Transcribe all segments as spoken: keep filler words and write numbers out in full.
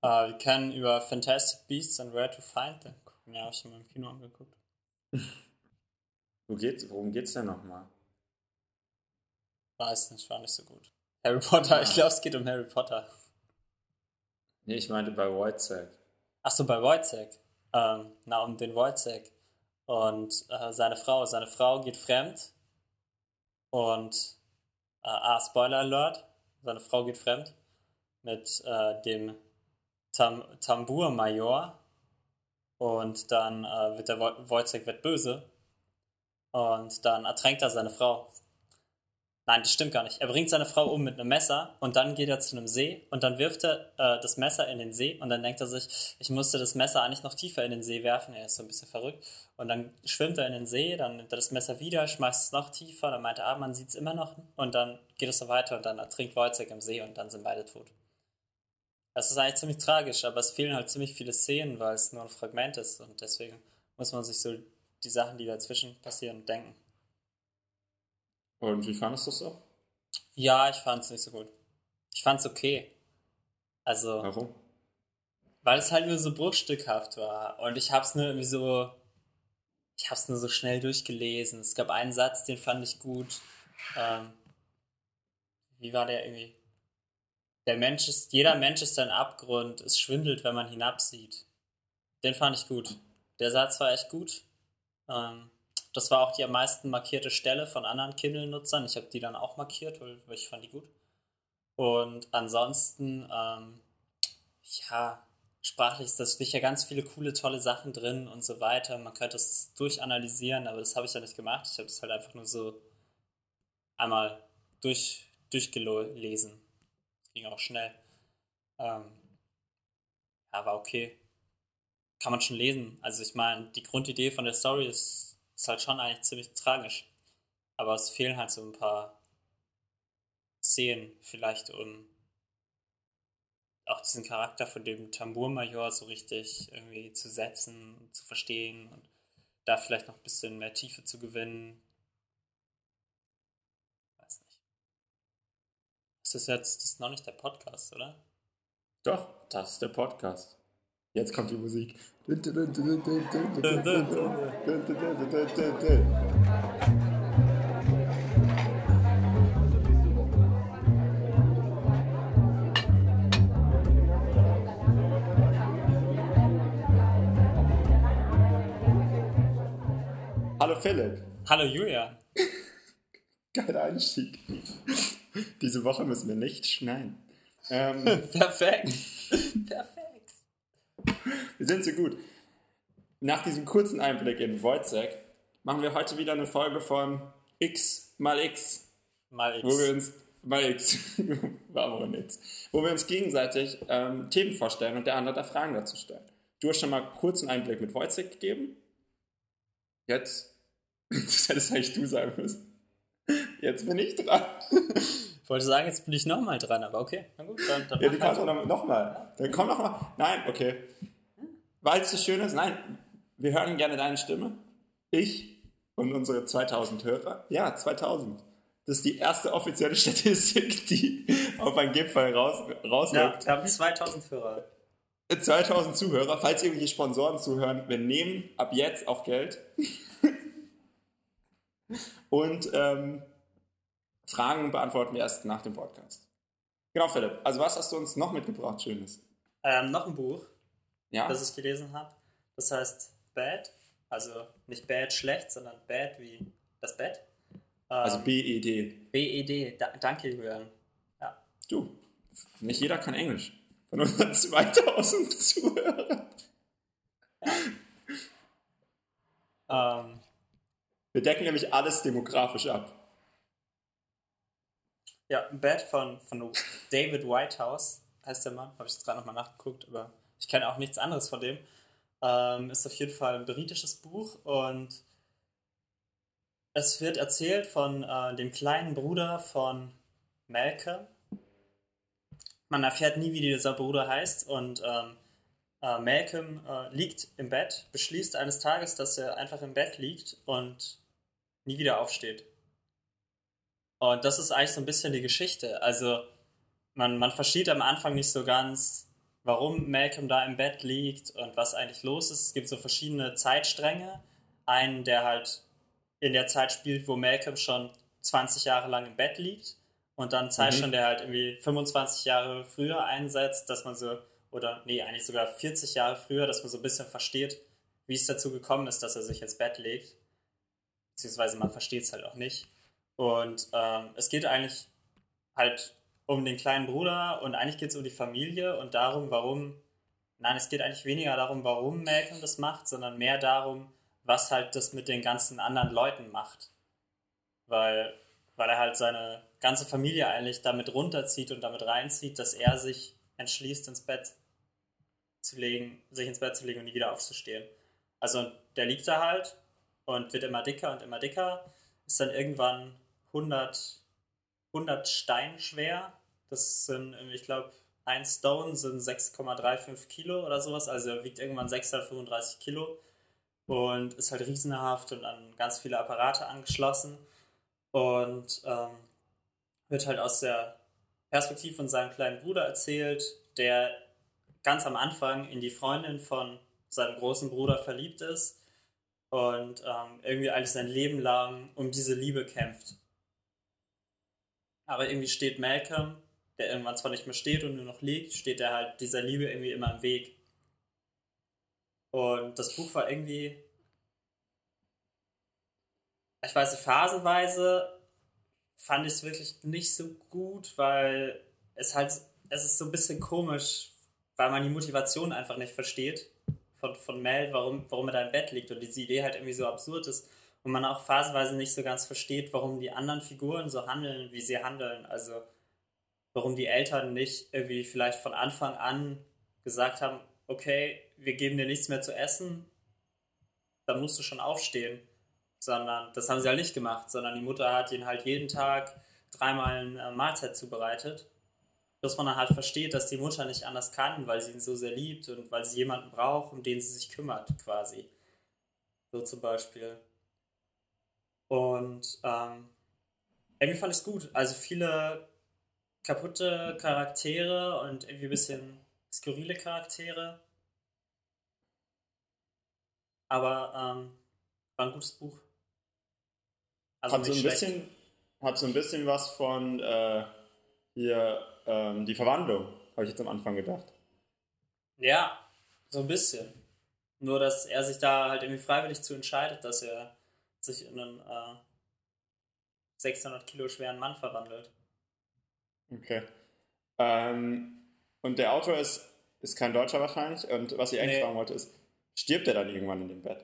Äh, wir können über Fantastic Beasts and Where to Find Them gucken. Ja, habe ich schon mal im Kino angeguckt. Wo geht's, worum geht's denn nochmal? Weiß nicht, war nicht so gut. Harry Potter, Ja. ich glaube, es geht um Harry Potter. Nee, ich meinte bei Wojciech. Achso, bei Wojciech. Ähm, na, um den Wojciech. Und äh, seine Frau. Seine Frau geht fremd. Und, äh, ah, Spoiler Alert. Seine Frau geht fremd. Mit äh, dem Tam- Tambour-Major. Und dann äh, wird der Wo- Wojciech wird böse. Und dann ertränkt er seine Frau. Nein, das stimmt gar nicht. Er bringt seine Frau um mit einem Messer und dann geht er zu einem See und dann wirft er äh, das Messer in den See und dann denkt er sich, ich musste das Messer eigentlich noch tiefer in den See werfen. Er ist so ein bisschen verrückt. Und dann schwimmt er in den See, dann nimmt er das Messer wieder, schmeißt es noch tiefer, dann meint er, ah, man sieht es immer noch und dann geht es so weiter und dann ertrinkt Wojciech im See und dann sind beide tot. Das ist eigentlich ziemlich tragisch, aber es fehlen halt ziemlich viele Szenen, weil es nur ein Fragment ist und deswegen muss man sich so die Sachen, die dazwischen passieren, denken. Und wie fandest du es so? Ja, ich fand es nicht so gut. Ich fand es okay. Also, Warum? weil es halt nur so bruchstückhaft war und ich hab's nur irgendwie so, ich hab's nur so schnell durchgelesen. Es gab einen Satz, den fand ich gut. Ähm, wie war der irgendwie? Der Mensch ist, jeder Mensch ist ein Abgrund, es schwindelt, wenn man hinabsieht. Den fand ich gut. Der Satz war echt gut. Ähm, das war auch die am meisten markierte Stelle von anderen Kindle-Nutzern. Ich habe die dann auch markiert, weil, weil ich fand die gut. Und ansonsten, ähm, ja, sprachlich ist das sicher ganz viele coole, tolle Sachen drin und so weiter. Man könnte es durchanalysieren, aber das habe ich ja nicht gemacht. Ich habe es halt einfach nur so einmal durch, durchgelesen. Das ging auch schnell. Ähm, ja, war okay. Kann man schon lesen. Also ich meine, die Grundidee von der Story ist, ist halt schon eigentlich ziemlich tragisch. Aber es fehlen halt so ein paar Szenen, vielleicht um auch diesen Charakter von dem Tambour-Major so richtig irgendwie zu setzen und zu verstehen und da vielleicht noch ein bisschen mehr Tiefe zu gewinnen. Weiß nicht. Das ist jetzt, das ist noch nicht der Podcast, oder? Doch, das ist der Podcast. Jetzt kommt die Musik. Hallo Philipp. Hallo Julian. Geiler Einstieg. Diese Woche müssen wir nicht schneiden. Ähm, Perfekt. Perfekt. wir sind so gut. Nach diesem kurzen Einblick in Wojciech machen wir heute wieder eine Folge von X mal X. Mal X. Wo wir uns mal X. Warum X? Wo wir uns gegenseitig ähm, Themen vorstellen und der andere da Fragen dazu stellen. Du hast schon mal kurz einen Einblick mit Wojciech gegeben. Jetzt, das hättest eigentlich du sagen müssen. Jetzt bin ich dran. Ich wollte sagen, jetzt bin ich nochmal dran, aber okay. Na gut, dann, dann Ja, du mach kannst halt. auch nochmal. Dann komm nochmal. Nein, okay. Weil es so schön ist. Nein, wir hören gerne deine Stimme. Ich und unsere zweitausend Hörer. Ja, zweitausend. Das ist die erste offizielle Statistik, die auf einen Gipfel raus, Ja, rauswirkt. wir haben zweitausend Hörer. zweitausend Zuhörer. Falls irgendwelche Sponsoren zuhören, wir nehmen ab jetzt auch Geld. Und ähm, Fragen beantworten wir erst nach dem Podcast. Genau, Philipp. Also was hast du uns noch mitgebracht, Schönes? Ähm, noch ein Buch, Ja? das ich gelesen habe. Das heißt Bad. Also nicht Bad schlecht, sondern Bad wie das Bett. Ähm, Also B E D. B E D. Da, danke, Julian. Ja. Du, nicht jeder kann Englisch. Von unseren zweitausend Zuhörern. Ähm, Wir decken nämlich alles demografisch ab. ja, Bad von, von David Whitehouse heißt der Mann. Habe ich jetzt gerade nochmal nachgeguckt, aber ich kenne auch nichts anderes von dem. Ähm, ist auf jeden Fall ein britisches Buch und es wird erzählt von äh, dem kleinen Bruder von Malcolm. Man erfährt nie, wie dieser Bruder heißt und ähm, äh, Malcolm äh, liegt im Bett, beschließt eines Tages, dass er einfach im Bett liegt und nie wieder aufsteht. Und das ist eigentlich so ein bisschen die Geschichte. Also man, man versteht am Anfang nicht so ganz, warum Malcolm da im Bett liegt und was eigentlich los ist. Es gibt so verschiedene Zeitstränge. Einen, der halt in der Zeit spielt, wo Malcolm schon zwanzig Jahre lang im Bett liegt. Und dann einen Zeitstrang, Mhm. der halt irgendwie fünfundzwanzig Jahre früher einsetzt, dass man so, oder nee, eigentlich sogar vierzig Jahre früher, dass man so ein bisschen versteht, wie es dazu gekommen ist, dass er sich ins Bett legt. Beziehungsweise man versteht es halt auch nicht. Und ähm, es geht eigentlich halt um den kleinen Bruder und eigentlich geht es um die Familie und darum, warum, nein, es geht eigentlich weniger darum, warum Malcolm das macht, sondern mehr darum, was halt das mit den ganzen anderen Leuten macht. Weil, weil er halt seine ganze Familie eigentlich damit runterzieht und damit reinzieht, dass er sich entschließt, ins Bett zu legen, sich ins Bett zu legen und nie wieder aufzustehen. Also der liegt da halt und wird immer dicker und immer dicker, ist dann irgendwann hundert, hundert Stein schwer. Das sind, ich glaube, ein Stone sind sechs Komma fünfunddreißig Kilo oder sowas, also er wiegt irgendwann sechshundertfünfunddreißig Kilo und ist halt riesenhaft und an ganz viele Apparate angeschlossen und ähm, wird halt aus der Perspektive von seinem kleinen Bruder erzählt, der ganz am Anfang in die Freundin von seinem großen Bruder verliebt ist und ähm, irgendwie eigentlich sein Leben lang um diese Liebe kämpft. Aber irgendwie steht Malcolm, der irgendwann zwar nicht mehr steht und nur noch liegt, steht er halt dieser Liebe irgendwie immer im Weg. Und das Buch war irgendwie, ich weiß nicht, phasenweise fand ich es wirklich nicht so gut, weil es halt, es ist so ein bisschen komisch, weil man die Motivation einfach nicht versteht von, von Mel, warum, warum er da im Bett liegt und diese Idee halt irgendwie so absurd ist und man auch phasenweise nicht so ganz versteht, warum die anderen Figuren so handeln, wie sie handeln. Also warum die Eltern nicht irgendwie vielleicht von Anfang an gesagt haben, okay, wir geben dir nichts mehr zu essen, dann musst du schon aufstehen. Sondern das haben sie halt nicht gemacht, sondern die Mutter hat ihn halt jeden Tag dreimal eine Mahlzeit zubereitet. Dass man dann halt versteht, dass die Mutter nicht anders kann, weil sie ihn so sehr liebt und weil sie jemanden braucht, um den sie sich kümmert, quasi. So zum Beispiel. Und ähm, irgendwie fand ich es gut. Also viele kaputte Charaktere und irgendwie ein bisschen skurrile Charaktere. Aber ähm, war ein gutes Buch. Also Hat so, nicht ein schlecht. bisschen, hat so ein bisschen was von äh, hier ähm, die Verwandlung, habe ich jetzt am Anfang gedacht. Ja, so ein bisschen. Nur, dass er sich da halt irgendwie freiwillig zu entscheidet, dass er sich in einen äh, sechshundert Kilo schweren Mann verwandelt. Okay. Ähm, und der Autor ist, ist kein Deutscher wahrscheinlich. Und was ich eigentlich Nee, fragen wollte, ist, stirbt er dann irgendwann in dem Bett?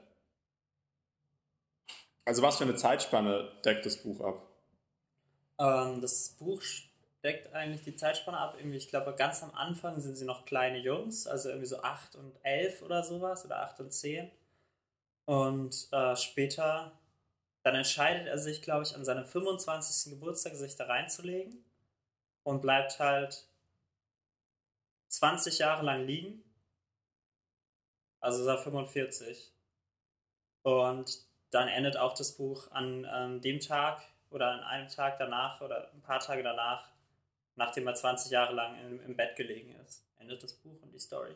Also was für eine Zeitspanne deckt das Buch ab? ähm, das Buch deckt eigentlich die Zeitspanne ab. Irgendwie, ich glaube, ganz am Anfang sind sie noch kleine Jungs, also irgendwie so acht und elf oder sowas oder acht und zehn. Und äh, später, dann entscheidet er sich, glaube ich, an seinem fünfundzwanzigsten Geburtstag sich da reinzulegen und bleibt halt zwanzig Jahre lang liegen. Also ist er fünfundvierzig. Und dann endet auch das Buch an ähm, dem Tag oder an einem Tag danach oder ein paar Tage danach, nachdem er zwanzig Jahre lang im, im Bett gelegen ist. Endet das Buch und die Story.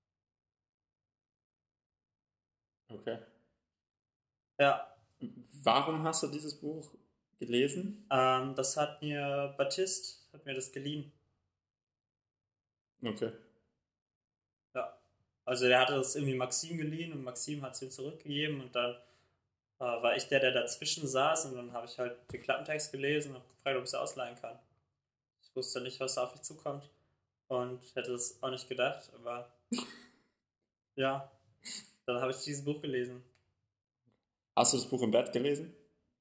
Okay. Ja, Warum hast du dieses Buch gelesen? ähm, das hat mir Baptiste, hat mir das geliehen. Okay. Ja. Also der hatte das irgendwie Maxim geliehen und Maxim hat es ihm zurückgegeben und dann äh, war ich der, der dazwischen saß und dann habe ich halt den Klappentext gelesen und habe gefragt, ob ich es ausleihen kann. Ich wusste nicht, was da auf mich zukommt und hätte es auch nicht gedacht, aber ja, dann habe ich dieses Buch gelesen. Hast du das Buch im Bett gelesen?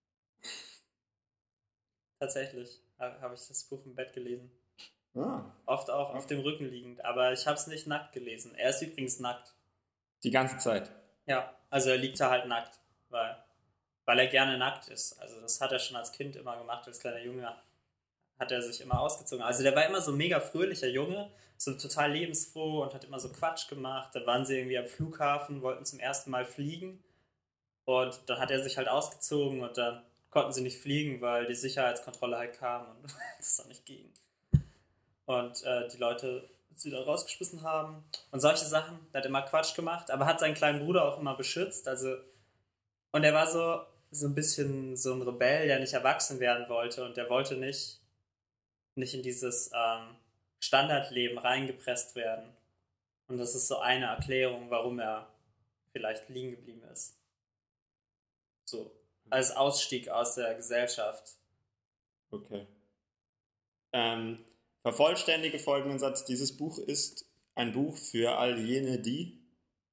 Tatsächlich ha- habe ich das Buch im Bett gelesen. Ah, Oft auch auf dem Rücken liegend, aber ich habe es nicht nackt gelesen. Er ist übrigens nackt. die ganze Zeit. Ja, also er liegt da halt nackt, weil, weil er gerne nackt ist. Also das hat er schon als Kind immer gemacht, als kleiner Junge hat er sich immer ausgezogen. Also der war immer so ein mega fröhlicher Junge, so total lebensfroh und hat immer so Quatsch gemacht. Dann waren sie irgendwie am Flughafen, wollten zum ersten Mal fliegen und dann hat er sich halt ausgezogen und dann konnten sie nicht fliegen, weil die Sicherheitskontrolle halt kam und das dann nicht ging. Und äh, die Leute sie da rausgeschmissen haben und solche Sachen. Der hat immer Quatsch gemacht, aber hat seinen kleinen Bruder auch immer beschützt. Also, und er war so, so ein bisschen so ein Rebell, der nicht erwachsen werden wollte und der wollte nicht, nicht in dieses ähm, Standardleben reingepresst werden. Und das ist so eine Erklärung, warum er vielleicht liegen geblieben ist. So, als Ausstieg aus der Gesellschaft. Okay. Ähm, vervollständige folgenden Satz. Dieses Buch ist ein Buch für all jene, die...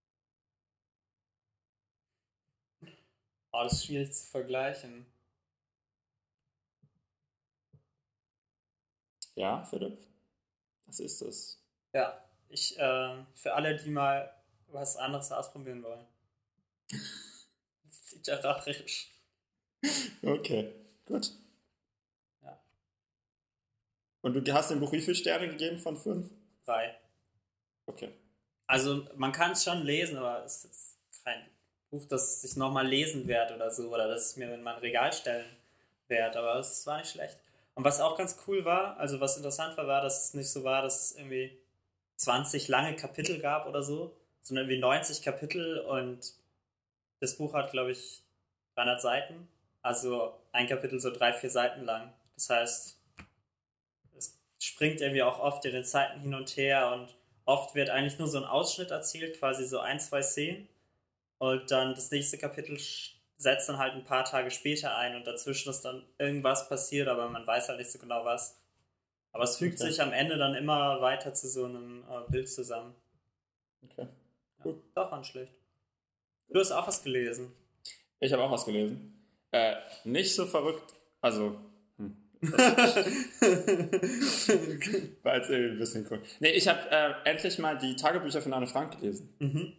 Oh, das ist schwierig zu vergleichen. Ja, Philipp? Was ist es? Ja, ich, äh, für alle, die mal was anderes ausprobieren wollen. Literarisch. Okay, gut. Ja. Und du hast dem Buch wie viele Sterne gegeben von fünf? Drei. Okay. Also man kann es schon lesen, aber es ist jetzt kein Buch, das ich nochmal lesen werde oder so, oder das ich mir in mein Regal stellen werde, aber es war nicht schlecht. Und was auch ganz cool war, also was interessant war, war, dass es nicht so war, dass es irgendwie zwanzig lange Kapitel gab oder so, sondern irgendwie neunzig Kapitel und das Buch hat, glaube ich, dreihundert Seiten, also ein Kapitel so drei, vier Seiten lang. Das heißt, es springt irgendwie auch oft in den Zeiten hin und her und oft wird eigentlich nur so ein Ausschnitt erzählt, quasi so ein, zwei Szenen und dann das nächste Kapitel setzt dann halt ein paar Tage später ein und dazwischen ist dann irgendwas passiert, aber man weiß halt nicht so genau was. Aber es fügt Okay. sich am Ende dann immer weiter zu so einem äh, Bild zusammen. Okay. Ja, Gut. doch, nicht schlecht. Du hast auch was gelesen. Ich habe auch was gelesen. Äh, nicht so verrückt, also... Hm. War jetzt irgendwie ein bisschen cool. Nee, ich habe äh, endlich mal die Tagebücher von Anne Frank gelesen. Mhm.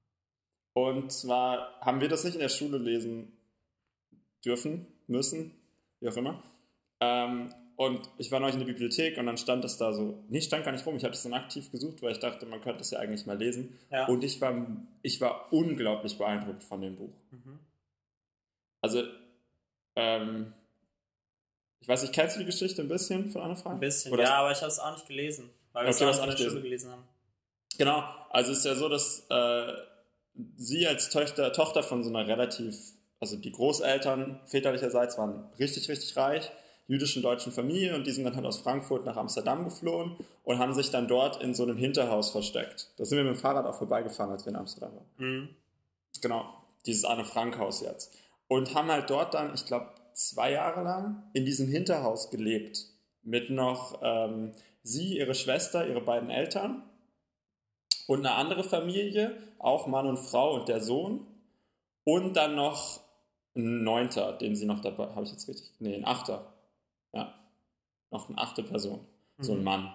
Und zwar haben wir das nicht in der Schule lesen dürfen, müssen, wie auch immer. Ähm, und ich war neulich in der Bibliothek und dann stand das da so, nee, stand gar nicht rum, ich habe das dann aktiv gesucht, weil ich dachte, man könnte das ja eigentlich mal lesen. Ja. Und ich war, ich war unglaublich beeindruckt von dem Buch. Mhm. Also, ähm, ich weiß nicht, kennst du die Geschichte ein bisschen von Anne Frank? Ein bisschen, Oder ja, aber ich habe es auch nicht gelesen, weil wir Okay, es hast auch du in der nicht Schule gelesen. gelesen haben. Genau, also es ist ja so, dass äh, sie als Tochter, Tochter von so einer relativ, also die Großeltern väterlicherseits waren richtig, richtig reich, jüdischen deutschen Familie und die sind dann halt aus Frankfurt nach Amsterdam geflohen und haben sich dann dort in so einem Hinterhaus versteckt. Da sind wir mit dem Fahrrad auch vorbeigefahren, als wir in Amsterdam waren. Mhm. Genau, dieses Anne-Frank-Haus jetzt. Und haben halt dort dann, ich glaube, zwei Jahre lang in diesem Hinterhaus gelebt. Mit noch ähm, sie, ihre Schwester, ihre beiden Eltern und eine andere Familie, auch Mann und Frau und der Sohn. Und dann noch ein Neunter, den sie noch dabei, habe ich jetzt richtig? Nee, ein Achter. Ja, noch eine achte Person, mhm. so ein Mann.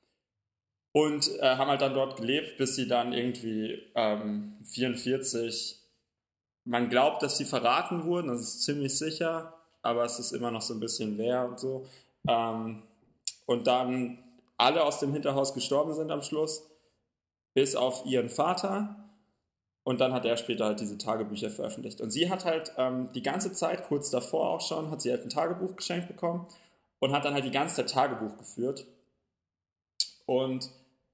Und äh, haben halt dann dort gelebt, bis sie dann irgendwie ähm, vierundvierzig, man glaubt, dass sie verraten wurden, das ist ziemlich sicher, aber es ist immer noch so ein bisschen leer und so. Ähm, und dann alle aus dem Hinterhaus gestorben sind am Schluss, bis auf ihren Vater. Und dann hat er später halt diese Tagebücher veröffentlicht. Und sie hat halt ähm, die ganze Zeit, kurz davor auch schon, hat sie halt ein Tagebuch geschenkt bekommen und hat dann halt die ganze Zeit Tagebuch geführt. Und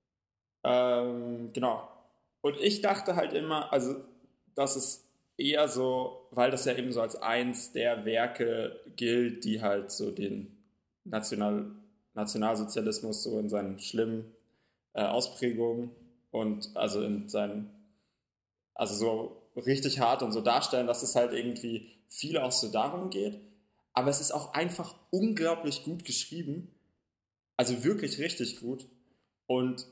ähm, genau. Und ich dachte halt immer, also dass es eher so, weil das ja eben so als eins der Werke gilt, die halt so den National, Nationalsozialismus so in seinen schlimmen äh, Ausprägungen und also in seinen, also so richtig hart und so darstellen, dass es halt irgendwie viel auch so darum geht. Aber es ist auch einfach unglaublich gut geschrieben. Also wirklich richtig gut. Und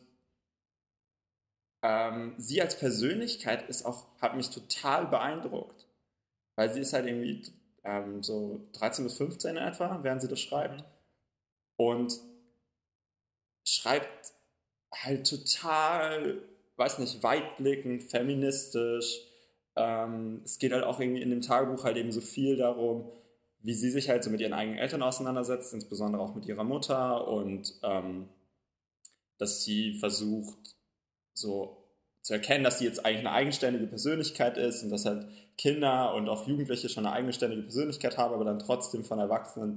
ähm, sie als Persönlichkeit ist auch, hat mich total beeindruckt. Weil sie ist halt irgendwie ähm, so dreizehn bis fünfzehn in etwa, während sie das schreibt. Und schreibt halt total, weiß nicht, weitblickend, feministisch. Ähm, es geht halt auch irgendwie in dem Tagebuch halt eben so viel darum, wie sie sich halt so mit ihren eigenen Eltern auseinandersetzt, insbesondere auch mit ihrer Mutter und ähm, dass sie versucht, so zu erkennen, dass sie jetzt eigentlich eine eigenständige Persönlichkeit ist und dass halt Kinder und auch Jugendliche schon eine eigenständige Persönlichkeit haben, aber dann trotzdem von Erwachsenen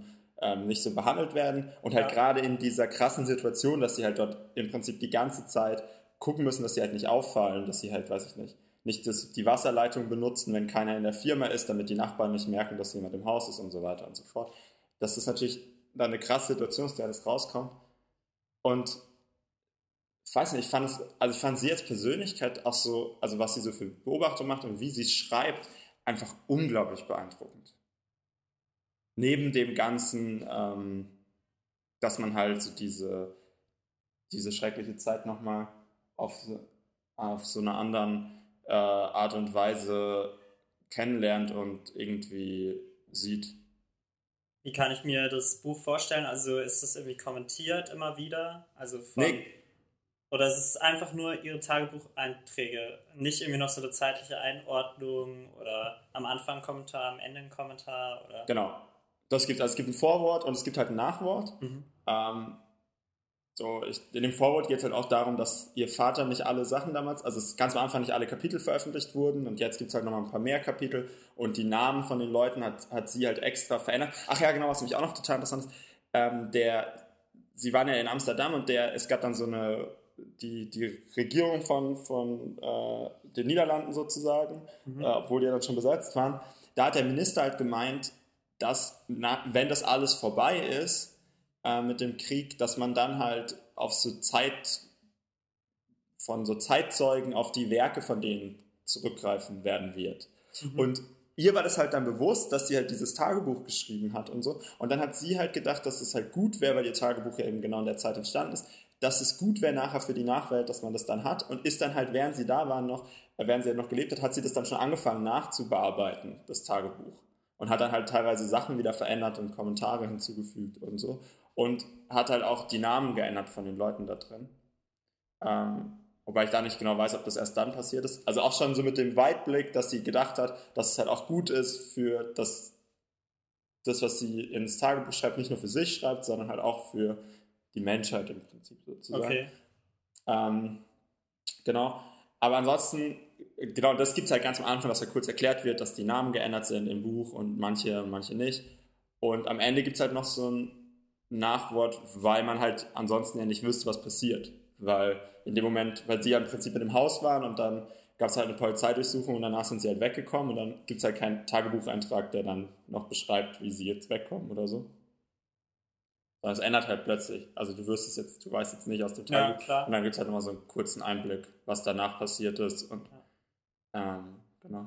ähm, nicht so behandelt werden und halt Ja. gerade in dieser krassen Situation, dass sie halt dort im Prinzip die ganze Zeit gucken müssen, dass sie halt nicht auffallen, dass sie halt, weiß ich nicht, nicht das, die Wasserleitung benutzen, wenn keiner in der Firma ist, damit die Nachbarn nicht merken, dass jemand im Haus ist und so weiter und so fort. Das ist natürlich dann eine krasse Situation, aus der das rauskommt. Und ich weiß nicht, ich fand es, also ich fand sie als Persönlichkeit auch so, also was sie so für Beobachtungen macht und wie sie schreibt, einfach unglaublich beeindruckend. Neben dem Ganzen, ähm, dass man halt so diese, diese schreckliche Zeit nochmal auf, auf so einer anderen äh, Art und Weise kennenlernt und irgendwie sieht. Wie kann ich mir das Buch vorstellen? Also ist das irgendwie kommentiert immer wieder? Also von, Nee. Oder ist es einfach nur ihre Tagebucheinträge? Nicht irgendwie noch so eine zeitliche Einordnung oder am Anfang ein Kommentar, am Ende ein Kommentar? Oder? Genau. Das gibt, also es gibt ein Vorwort und es gibt halt ein Nachwort. Mhm. Ähm, so, ich, in dem Vorwort geht es halt auch darum, dass ihr Vater nicht alle Sachen damals, also es ganz am Anfang nicht alle Kapitel veröffentlicht wurden und jetzt gibt es halt nochmal ein paar mehr Kapitel und die Namen von den Leuten hat, hat sie halt extra verändert. Ach ja, genau, was nämlich auch noch total interessant ist, ähm, der, sie waren ja in Amsterdam und der, es gab dann so eine, die, die Regierung von, von äh, den Niederlanden sozusagen, mhm. äh, obwohl die ja dann schon besetzt waren, da hat der Minister halt gemeint, dass, na, wenn das alles vorbei ist, mit dem Krieg, dass man dann halt auf so Zeit von so Zeitzeugen auf die Werke von denen zurückgreifen werden wird. Mhm. Und ihr war das halt dann bewusst, dass sie halt dieses Tagebuch geschrieben hat und so. Und dann hat sie halt gedacht, dass es halt gut wäre, weil ihr Tagebuch ja eben genau in der Zeit entstanden ist, dass es gut wäre nachher für die Nachwelt, dass man das dann hat. Und ist dann halt, während sie da waren noch, während sie halt noch gelebt hat, hat sie das dann schon angefangen nachzubearbeiten, das Tagebuch. Und hat dann halt teilweise Sachen wieder verändert und Kommentare hinzugefügt und so. Und hat halt auch die Namen geändert von den Leuten da drin. Ähm, wobei ich da nicht genau weiß, ob das erst dann passiert ist. Also auch schon so mit dem Weitblick, dass sie gedacht hat, dass es halt auch gut ist für das, das, was sie ins Tagebuch schreibt, nicht nur für sich schreibt, sondern halt auch für die Menschheit im Prinzip sozusagen. Okay. Ähm, genau. Aber ansonsten, genau, das gibt es halt ganz am Anfang, dass ja kurz erklärt wird, dass die Namen geändert sind im Buch und manche, manche nicht. Und am Ende gibt es halt noch so ein Nachwort, weil man halt ansonsten ja nicht wüsste, was passiert. Weil in dem Moment, weil sie ja im Prinzip in dem Haus waren und dann gab es halt eine Polizeidurchsuchung und danach sind sie halt weggekommen und dann gibt es halt keinen Tagebucheintrag, der dann noch beschreibt, wie sie jetzt wegkommen oder so. Sondern es ändert halt plötzlich. Also du wirst es jetzt, du weißt jetzt nicht aus dem Tagebuch. Ja, klar. Und dann gibt es halt nochmal so einen kurzen Einblick, was danach passiert ist. Und ja. ähm, genau.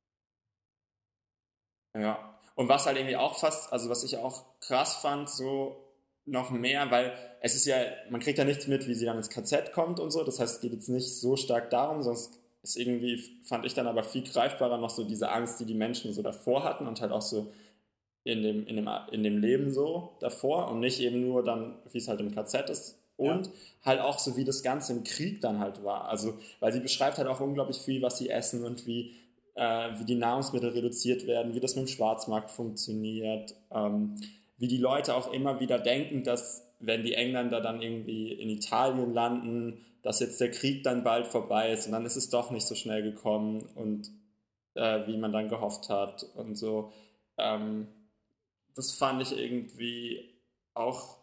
Ja. Und was halt irgendwie auch fast, also was ich auch krass fand, so noch mehr, weil es ist ja, man kriegt ja nichts mit, wie sie dann ins K Z kommt und so, das heißt, es geht jetzt nicht so stark darum, sonst ist irgendwie, fand ich dann aber viel greifbarer noch so diese Angst, die die Menschen so davor hatten und halt auch so in dem, in dem, in dem Leben so davor und nicht eben nur dann, wie es halt im K Z ist und ja. halt auch so, wie das Ganze im Krieg dann halt war, also, weil sie beschreibt halt auch unglaublich viel, was sie essen und wie Äh, wie die Nahrungsmittel reduziert werden, wie das mit dem Schwarzmarkt funktioniert, ähm, wie die Leute auch immer wieder denken, dass wenn die Engländer dann irgendwie in Italien landen, dass jetzt der Krieg dann bald vorbei ist und dann ist es doch nicht so schnell gekommen und äh, wie man dann gehofft hat und so. Ähm, das fand ich irgendwie auch,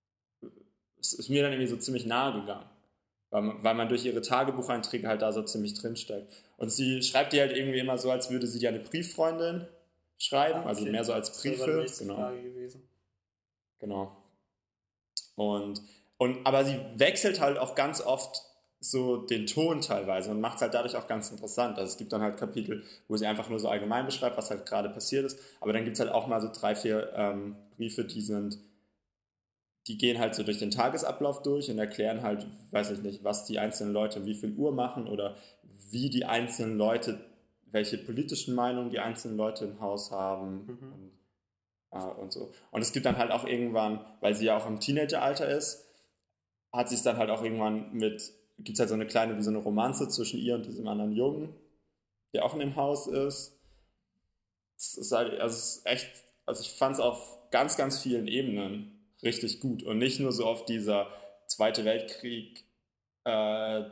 es ist mir dann irgendwie so ziemlich nahe gegangen. Weil man, weil man durch ihre Tagebucheinträge halt da so ziemlich drinsteckt. Und sie schreibt die halt irgendwie immer so, als würde sie dir eine Brieffreundin schreiben, ah, okay. Also mehr so als Briefe. Das wäre die nächste genau. Frage gewesen. Genau. Und, und, aber sie wechselt halt auch ganz oft so den Ton teilweise und macht es halt dadurch auch ganz interessant. Also es gibt dann halt Kapitel, wo sie einfach nur so allgemein beschreibt, was halt gerade passiert ist. Aber dann gibt es halt auch mal so drei, vier ähm, Briefe, die sind die gehen halt so durch den Tagesablauf durch und erklären halt, weiß ich nicht, was die einzelnen Leute um wie viel Uhr machen oder wie die einzelnen Leute, welche politischen Meinungen die einzelnen Leute im Haus haben mhm. und, äh, und so. Und es gibt dann halt auch irgendwann, weil sie ja auch im Teenageralter ist, hat sich dann halt auch irgendwann mit, gibt es halt so eine kleine, wie so eine Romanze zwischen ihr und diesem anderen Jungen, der auch in dem Haus ist. Es ist halt, also es ist echt, also ich fand es auf ganz, ganz vielen Ebenen richtig gut und nicht nur so auf dieser Zweite Weltkrieg äh,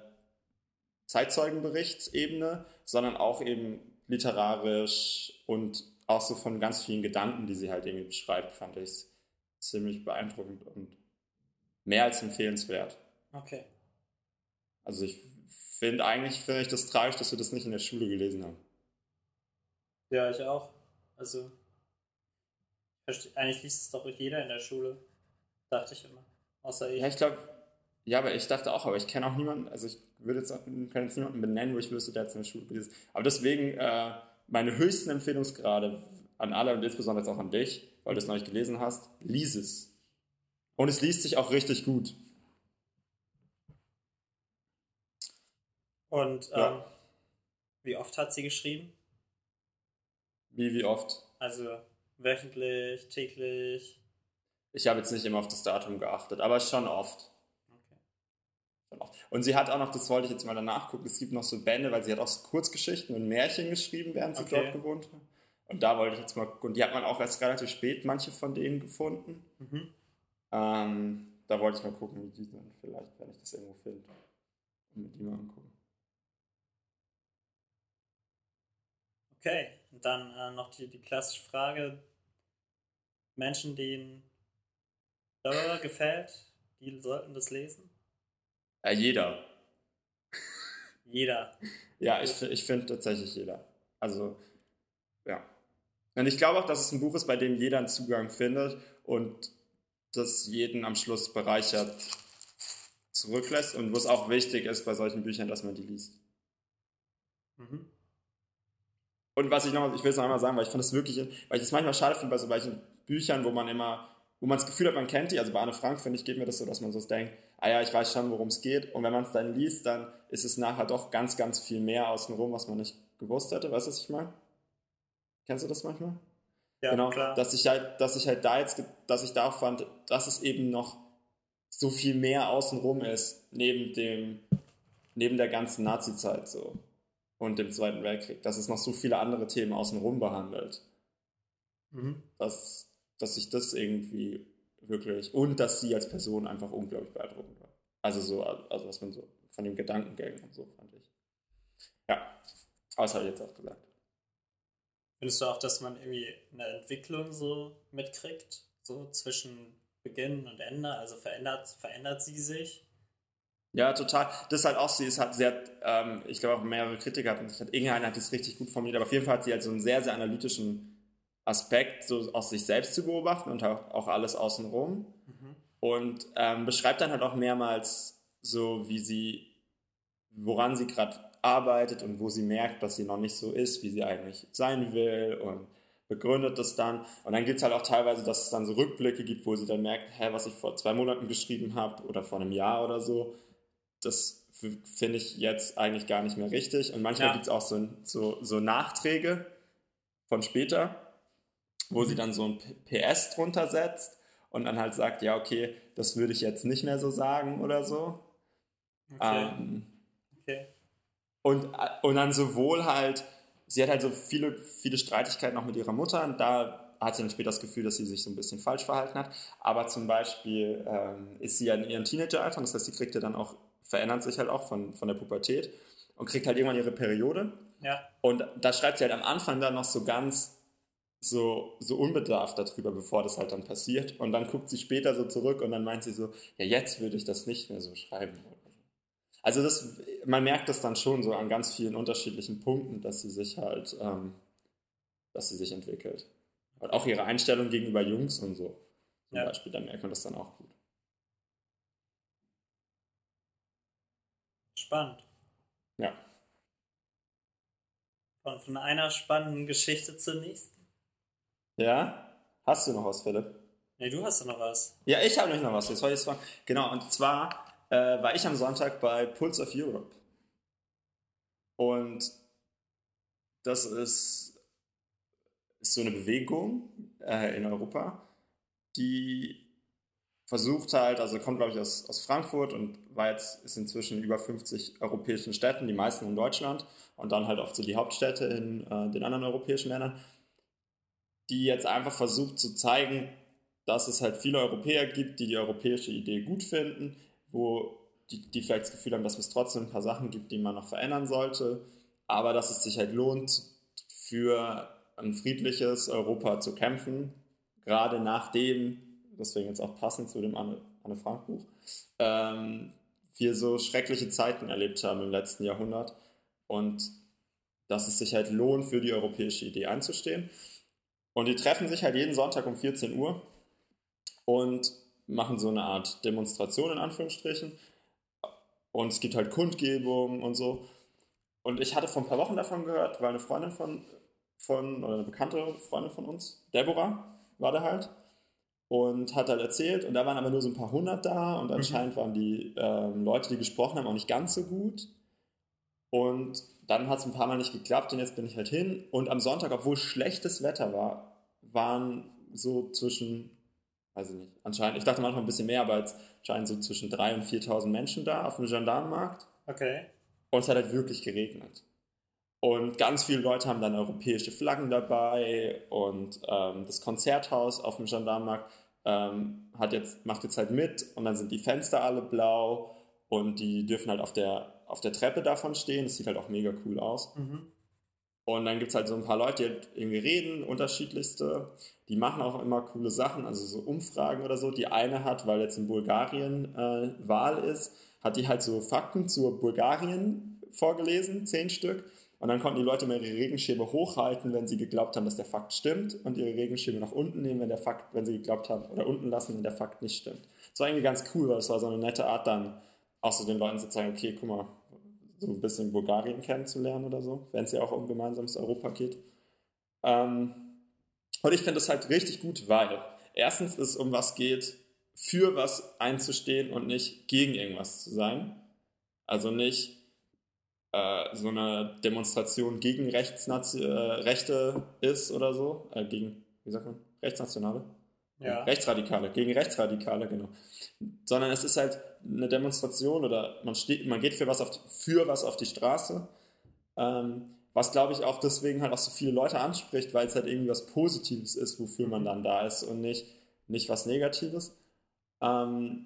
Zeitzeugenberichtsebene, sondern auch eben literarisch und auch so von ganz vielen Gedanken, die sie halt irgendwie beschreibt, fand ich es ziemlich beeindruckend und mehr als empfehlenswert. Okay. Also ich finde eigentlich, finde ich das tragisch, dass wir das nicht in der Schule gelesen haben. Ja, ich auch. Also, verste- eigentlich liest es doch jeder in der Schule. Dachte ich immer. Außer ich. Ja, ich glaube, ja, aber ich dachte auch, aber ich kenne auch niemanden, also ich würde jetzt auch, kann jetzt niemanden benennen, wo ich wüsste, der jetzt in der Schule gelesen hat. Aber deswegen äh, meine höchsten Empfehlungsgrade an alle und insbesondere jetzt auch an dich, weil du es noch nicht gelesen hast, lies es. Und es liest sich auch richtig gut. Und Ja. ähm, wie oft hat sie geschrieben? Wie, wie oft? Also wöchentlich, täglich? Ich habe jetzt nicht immer auf das Datum geachtet, aber schon oft. Okay. Schon oft. Und sie hat auch noch, das wollte ich jetzt mal danach gucken, es gibt noch so Bände, weil sie hat auch so Kurzgeschichten und Märchen geschrieben, während sie Okay. dort gewohnt hat. Und da wollte ich jetzt mal gucken. Und die hat man auch erst relativ spät, manche von denen gefunden. Mhm. Ähm, da wollte ich mal gucken, wie die sind. Vielleicht, wenn ich das irgendwo finde. Und mir die mal angucken. Okay, und dann äh, noch die, die klassische Frage. Menschen, denen Dörr gefällt, die sollten das lesen? Ja, jeder. Jeder. Ja, ich, ich finde tatsächlich jeder. Also, ja. Und ich glaube auch, dass es ein Buch ist, bei dem jeder einen Zugang findet und das jeden am Schluss bereichert zurücklässt und wo es auch wichtig ist bei solchen Büchern, dass man die liest. Mhm. Und was ich noch, ich will es noch einmal sagen, weil ich finde es wirklich, weil ich es manchmal schade finde bei so welchen Büchern, wo man immer, wo man das Gefühl hat, man kennt die, also bei Anne Frank, finde ich, geht mir das so, dass man so denkt, ah ja, ich weiß schon, worum es geht, und wenn man es dann liest, dann ist es nachher doch ganz, ganz viel mehr außenrum, was man nicht gewusst hätte, weißt du, was ich meine? Kennst du das manchmal? Ja, genau, klar. dass ich halt, dass ich halt da jetzt, dass ich da auch fand, dass es eben noch so viel mehr außenrum ist, neben dem, neben der ganzen Nazi-Zeit so und dem Zweiten Weltkrieg, dass es noch so viele andere Themen außenrum behandelt, Mhm. dass, dass ich das irgendwie wirklich, und dass sie als Person einfach unglaublich beeindruckend war. Also so, also was man so von dem Gedankengängen und so fand ich. Ja, aber das habe ich jetzt auch gesagt. Findest du auch, dass man irgendwie eine Entwicklung so mitkriegt? So zwischen Beginn und Ende? Also verändert, verändert sie sich? Ja, total. Das ist halt auch, sie ist halt sehr, ähm, ich glaube auch mehrere Kritiker hatten sich, hat Ingeheim hat das richtig gut formuliert, aber auf jeden Fall hat sie halt so einen sehr, sehr analytischen Aspekt, so aus sich selbst zu beobachten und auch, auch alles außenrum. Mhm. Und ähm, beschreibt dann halt auch mehrmals so, wie sie, woran sie gerade arbeitet und wo sie merkt, dass sie noch nicht so ist, wie sie eigentlich sein will, und begründet das dann. Und dann gibt es halt auch teilweise, dass es dann so Rückblicke gibt, wo sie dann merkt, hä, was ich vor zwei Monaten geschrieben habe oder vor einem Jahr oder so, das finde ich jetzt eigentlich gar nicht mehr richtig. Und manchmal Ja. gibt es auch so, so, so Nachträge von später, wo sie dann so ein P S drunter setzt und dann halt sagt, ja, okay, das würde ich jetzt nicht mehr so sagen oder so. Okay. Ähm, okay. und, und dann sowohl halt, sie hat halt so viele, viele Streitigkeiten auch mit ihrer Mutter, und da hat sie dann später das Gefühl, dass sie sich so ein bisschen falsch verhalten hat. Aber zum Beispiel ähm, ist sie ja in ihren Teenageraltern, das heißt, sie kriegt ja dann auch, verändert sich halt auch von, von der Pubertät und kriegt halt irgendwann ihre Periode. Ja. Und da schreibt sie halt am Anfang dann noch so ganz so, so unbedarft darüber, bevor das halt dann passiert. Und dann guckt sie später so zurück und dann meint sie so, ja, jetzt würde ich das nicht mehr so schreiben. Also das, man merkt das dann schon so an ganz vielen unterschiedlichen Punkten, dass sie sich halt, ähm, dass sie sich entwickelt. Und auch ihre Einstellung gegenüber Jungs und so, zum Ja. Beispiel, da merkt man das dann auch gut. Spannend. Ja. Und von einer spannenden Geschichte zur nächsten. Ja? Hast du noch was, Philipp? Nee, du hast doch noch was. Ja, ich habe nämlich noch was. Jetzt war ich zwar, genau, und zwar äh, war ich am Sonntag bei Pulse of Europe. Und das ist, ist so eine Bewegung äh, in Europa, die versucht halt, also kommt glaube ich aus, aus Frankfurt und war jetzt, ist inzwischen in über fünfzig europäischen Städten, die meisten in Deutschland und dann halt oft so die Hauptstädte in äh, den anderen europäischen Ländern, die jetzt einfach versucht zu zeigen, dass es halt viele Europäer gibt, die die europäische Idee gut finden, wo die, die vielleicht das Gefühl haben, dass es trotzdem ein paar Sachen gibt, die man noch verändern sollte, aber dass es sich halt lohnt, für ein friedliches Europa zu kämpfen, gerade nachdem deswegen jetzt auch passend zu dem Anne, Anne Frank Buch, ähm, wir so schreckliche Zeiten erlebt haben im letzten Jahrhundert und dass es sich halt lohnt, für die europäische Idee einzustehen. Und die treffen sich halt jeden Sonntag um vierzehn Uhr und machen so eine Art Demonstration in Anführungsstrichen. Und es gibt halt Kundgebungen und so. Und ich hatte vor ein paar Wochen davon gehört, weil eine Freundin von, von oder eine bekannte Freundin von uns, Deborah, war da halt. Und hat halt erzählt, und da waren aber nur so ein paar hundert da und anscheinend waren die ähm, Leute, die gesprochen haben, auch nicht ganz so gut. Und dann hat es ein paar Mal nicht geklappt und jetzt bin ich halt hin. Und am Sonntag, obwohl schlechtes Wetter war, waren so zwischen, weiß ich nicht, anscheinend, ich dachte manchmal ein bisschen mehr, aber jetzt anscheinend so zwischen dreitausend und viertausend Menschen da auf dem Gendarmenmarkt. Okay. Und es hat halt wirklich geregnet. Und ganz viele Leute haben dann europäische Flaggen dabei und ähm, das Konzerthaus auf dem Gendarmenmarkt ähm, hat jetzt, macht jetzt halt mit und dann sind die Fenster alle blau und die dürfen halt auf der, auf der Treppe davon stehen. Das sieht halt auch mega cool aus. Mhm. Und dann gibt es halt so ein paar Leute, die halt irgendwie reden, unterschiedlichste. Die machen auch immer coole Sachen, also so Umfragen oder so. Die eine hat, weil jetzt in Bulgarien äh, Wahl ist, hat die halt so Fakten zur Bulgarien vorgelesen, zehn Stück. Und dann konnten die Leute mal ihre Regenschirme hochhalten, wenn sie geglaubt haben, dass der Fakt stimmt, und ihre Regenschirme nach unten nehmen, wenn der Fakt, wenn sie geglaubt haben, oder unten lassen, wenn der Fakt nicht stimmt. Das war irgendwie ganz cool, weil es war so eine nette Art, dann auch so den Leuten zu zeigen, okay, guck mal, so ein bisschen Bulgarien kennenzulernen oder so, wenn es ja auch um gemeinsames Europa geht. Ähm, und ich finde es halt richtig gut, weil erstens es um was geht, für was einzustehen und nicht gegen irgendwas zu sein. Also nicht äh, so eine Demonstration gegen Rechtsnazi- äh, Rechte ist oder so, äh, gegen, wie sagt man, Rechtsnationale? Ja. Rechtsradikale, gegen Rechtsradikale, genau. Sondern es ist halt eine Demonstration oder man, steht, man geht für was auf die, für was auf die Straße, ähm, was glaube ich auch deswegen halt auch so viele Leute anspricht, weil es halt irgendwie was Positives ist, wofür man dann da ist und nicht, nicht was Negatives. Ähm,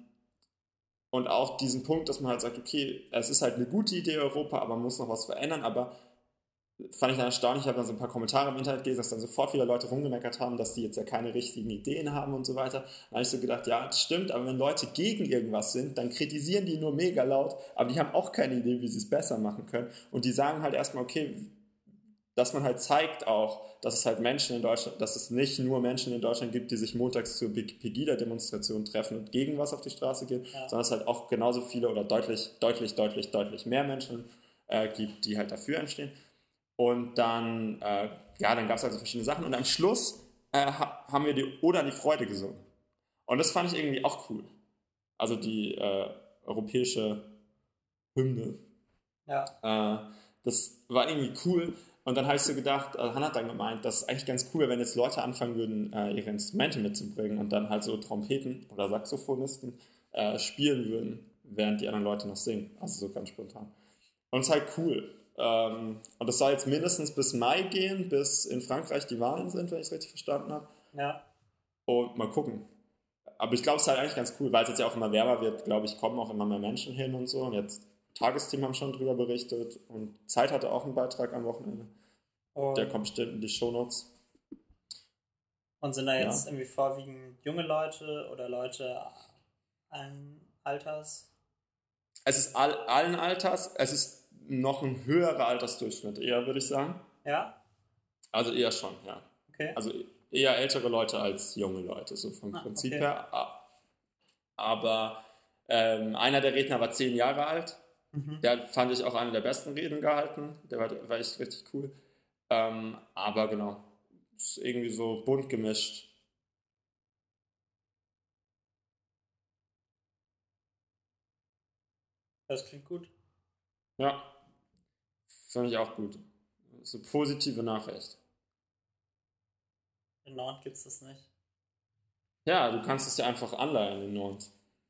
und auch diesen Punkt, dass man halt sagt, okay, es ist halt eine gute Idee Europa, aber man muss noch was verändern, aber fand ich dann erstaunlich, ich habe dann so ein paar Kommentare im Internet gelesen, dass dann sofort wieder Leute rumgemeckert haben, dass die jetzt ja keine richtigen Ideen haben und so weiter. Dann habe ich so gedacht, ja, das stimmt, aber wenn Leute gegen irgendwas sind, dann kritisieren die nur mega laut, aber die haben auch keine Idee, wie sie es besser machen können. Und die sagen halt erstmal, okay, dass man halt zeigt auch, dass es halt Menschen in Deutschland, dass es nicht nur Menschen in Deutschland gibt, die sich montags zur Pegida-Demonstration treffen und gegen was auf die Straße gehen, ja. sondern es halt auch genauso viele oder deutlich, deutlich, deutlich, deutlich mehr Menschen äh, gibt, die halt dafür entstehen. Und dann, äh, ja, dann gab es also verschiedene Sachen. Und am Schluss äh, haben wir die Ode an die Freude gesungen. Und das fand ich irgendwie auch cool. Also die äh, europäische Hymne. Ja. Äh, das war irgendwie cool. Und dann habe ich so gedacht, also Hannah hat dann gemeint, das ist eigentlich ganz cool, wenn jetzt Leute anfangen würden, äh, ihre Instrumente mitzubringen und dann halt so Trompeten oder Saxophonisten äh, spielen würden, während die anderen Leute noch singen. Also so ganz spontan. Und es ist halt cool. Ähm, und das soll jetzt mindestens bis Mai gehen, bis in Frankreich die Wahlen sind, wenn ich es richtig verstanden habe. Ja. Und mal gucken. Aber ich glaube, es ist halt eigentlich ganz cool, weil es jetzt ja auch immer wärmer wird, glaube ich, kommen auch immer mehr Menschen hin und so. Und jetzt Tagesthemen haben schon drüber berichtet und Zeit hatte auch einen Beitrag am Wochenende. Und der kommt bestimmt in die Shownotes. Und sind da jetzt ja. irgendwie vorwiegend junge Leute oder Leute allen Alters? Es ist all, allen Alters. Es ist noch ein höherer Altersdurchschnitt, eher, würde ich sagen. Ja? Also eher schon, ja. Okay. Also eher ältere Leute als junge Leute, so vom ah, Prinzip okay. her. Aber ähm, einer der Redner war zehn Jahre alt. Mhm. Der fand ich auch eine der besten Reden gehalten. Der war, der war echt richtig cool. Ähm, aber genau, ist irgendwie so bunt gemischt. Das klingt gut. Ja, finde ich auch gut. Das ist eine positive Nachricht. In Nord gibt es das nicht. Ja, du kannst es ja einfach anleihen in Nord.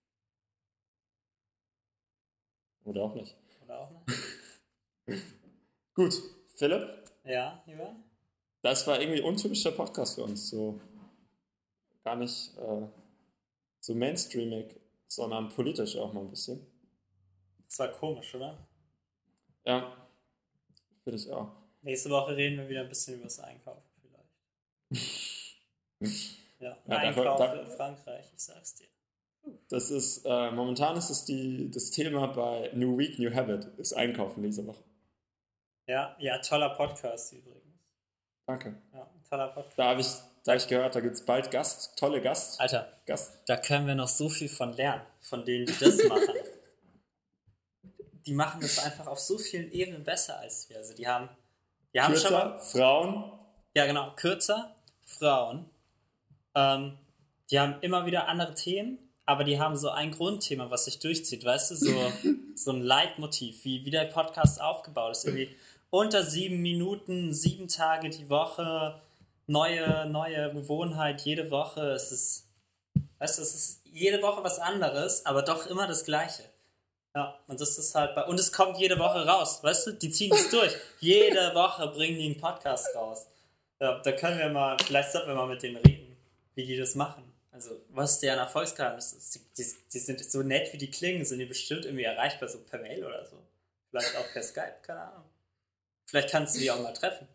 Oder auch nicht. Oder auch nicht. Gut, Philipp? Ja, lieber? Das war irgendwie ein untypischer Podcast für uns. So gar nicht äh, so mainstreamig, sondern politisch auch mal ein bisschen. Das war komisch, oder? Ja, finde ich auch. Nächste Woche reden wir wieder ein bisschen über das Einkaufen vielleicht. Ja. Ja, Einkauf da, da, in Frankreich, ich sag's dir. Das ist, äh, momentan ist es die, das Thema bei New Week, New Habit, ist Einkaufen diese Woche. Ja, ja, toller Podcast übrigens. Danke. Ja, toller Podcast. Da habe ich, da hab ich gehört, da gibt es bald Gast, tolle Gast. Alter, Gast. Da können wir noch so viel von lernen, von denen, die das machen. Die machen das einfach auf so vielen Ebenen besser als wir. Also die haben, die haben Kürzer, schon mal, Frauen. Ja, genau, kürzer, Frauen. Ähm, die haben immer wieder andere Themen, aber die haben so ein Grundthema, was sich durchzieht, weißt du, so, so ein Leitmotiv, wie, wie der Podcast aufgebaut ist. Irgendwie unter sieben Minuten, sieben Tage die Woche, neue, neue Gewohnheit jede Woche. Es ist, weißt du, es ist jede Woche was anderes, aber doch immer das Gleiche. Ja, und das ist halt bei, und es kommt jede Woche raus, weißt du, die ziehen es durch. Jede Woche bringen die einen Podcast raus. Ja, da können wir mal, vielleicht sollten wir mal mit denen reden, wie die das machen. Also, was deren Erfolgsgeheimnis ist. Die, die, die sind so nett, wie die klingen, sind die bestimmt irgendwie erreichbar, so per Mail oder so. Vielleicht auch per Skype, keine Ahnung. Vielleicht kannst du die auch mal treffen.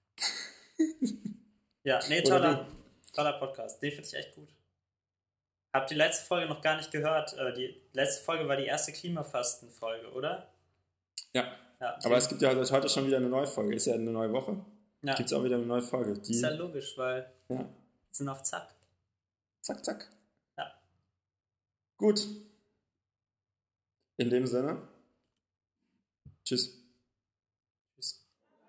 Ja, nee, toller, toller Podcast. Den finde ich echt gut. Hab die letzte Folge noch gar nicht gehört. Die letzte Folge war die erste Klimafasten-Folge, oder? Ja, ja aber es gibt ja heute schon wieder eine neue Folge. Ist ja eine neue Woche. Ja. Gibt es auch wieder eine neue Folge. Die ist ja logisch, weil ja. sind auf Zack. Zack, zack. Ja. Gut. In dem Sinne. Tschüss. Tschüss.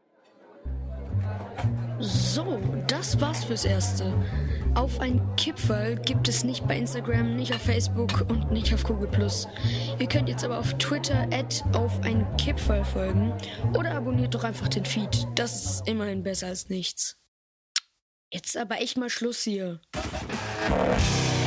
So, das war's fürs Erste. Auf ein Kipferl gibt es nicht bei Instagram, nicht auf Facebook und nicht auf Google plus. Ihr könnt jetzt aber auf Twitter at auf ein Kipferl folgen oder abonniert doch einfach den Feed. Das ist immerhin besser als nichts. Jetzt aber echt mal Schluss hier.